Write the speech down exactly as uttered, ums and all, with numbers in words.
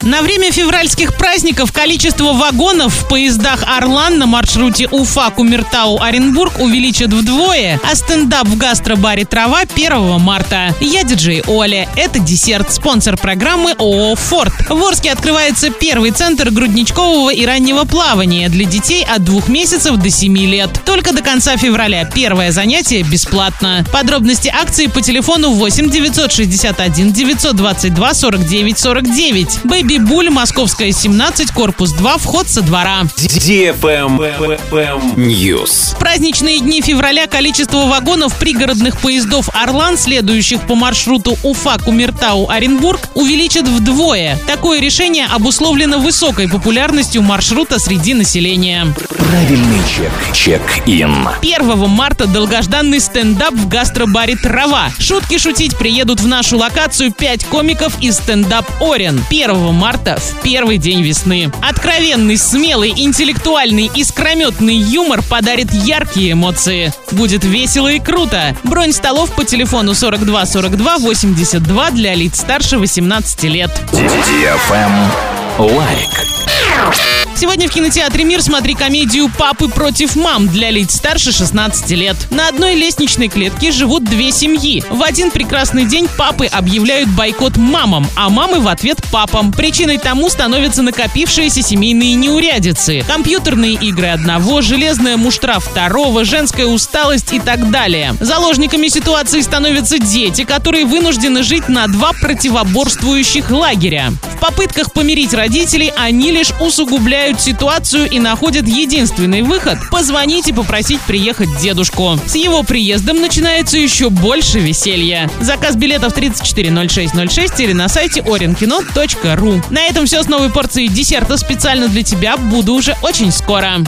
На время февральских праздников количество вагонов в поездах «Орлан» на маршруте Уфа-Кумертау-Оренбург увеличат вдвое, а стендап в гастробаре «Трава» первого марта. Я диджей Оля. Это десерт. Спонсор программы ООО «Форд». В Орске открывается первый центр грудничкового и раннего плавания для детей от двух месяцев до семи лет. Только до конца февраля. Первое занятие бесплатно. Подробности акции по телефону восемь девятьсот шестьдесят один девятьсот двадцать два сорок девять сорок девять. Бэйби Буль, Московская, семнадцать, корпус два, вход со двора. News. В праздничные дни февраля количество вагонов пригородных поездов «Орлан», следующих по маршруту Уфа-Кумертау-Оренбург, увеличат вдвое. Такое решение обусловлено высокой популярностью маршрута среди населения. Правильный чек. Чек-ин. первого марта долгожданный стендап в гастробаре «Трава». Шутки шутить приедут в нашу локацию пять комиков из стендап «Орен». первого марта в первый день весны. Откровенный, смелый, интеллектуальный, искрометный юмор подарит яркие эмоции. Будет весело и круто. Бронь столов по телефону сорок два сорок два восемьдесят два для лиц старше восемнадцати лет. Лайк. Сегодня в кинотеатре «Мир» смотри комедию «Папы против мам» для лиц старше шестнадцати лет. На одной лестничной клетке живут две семьи. В один прекрасный день папы объявляют бойкот мамам, а мамы в ответ папам. Причиной тому становятся накопившиеся семейные неурядицы. Компьютерные игры одного, железная муштра второго, женская усталость и так далее. Заложниками ситуации становятся дети, которые вынуждены жить на два противоборствующих лагеря. В попытках помирить родителей они лишь усугубляют ситуацию и находят единственный выход – позвонить и попросить приехать дедушку. С его приездом начинается еще больше веселья. Заказ билетов тридцать четыре ноль шесть ноль шесть или на сайте оренкино точка ру. На этом все с новой порцией десерта специально для тебя. Буду уже очень скоро.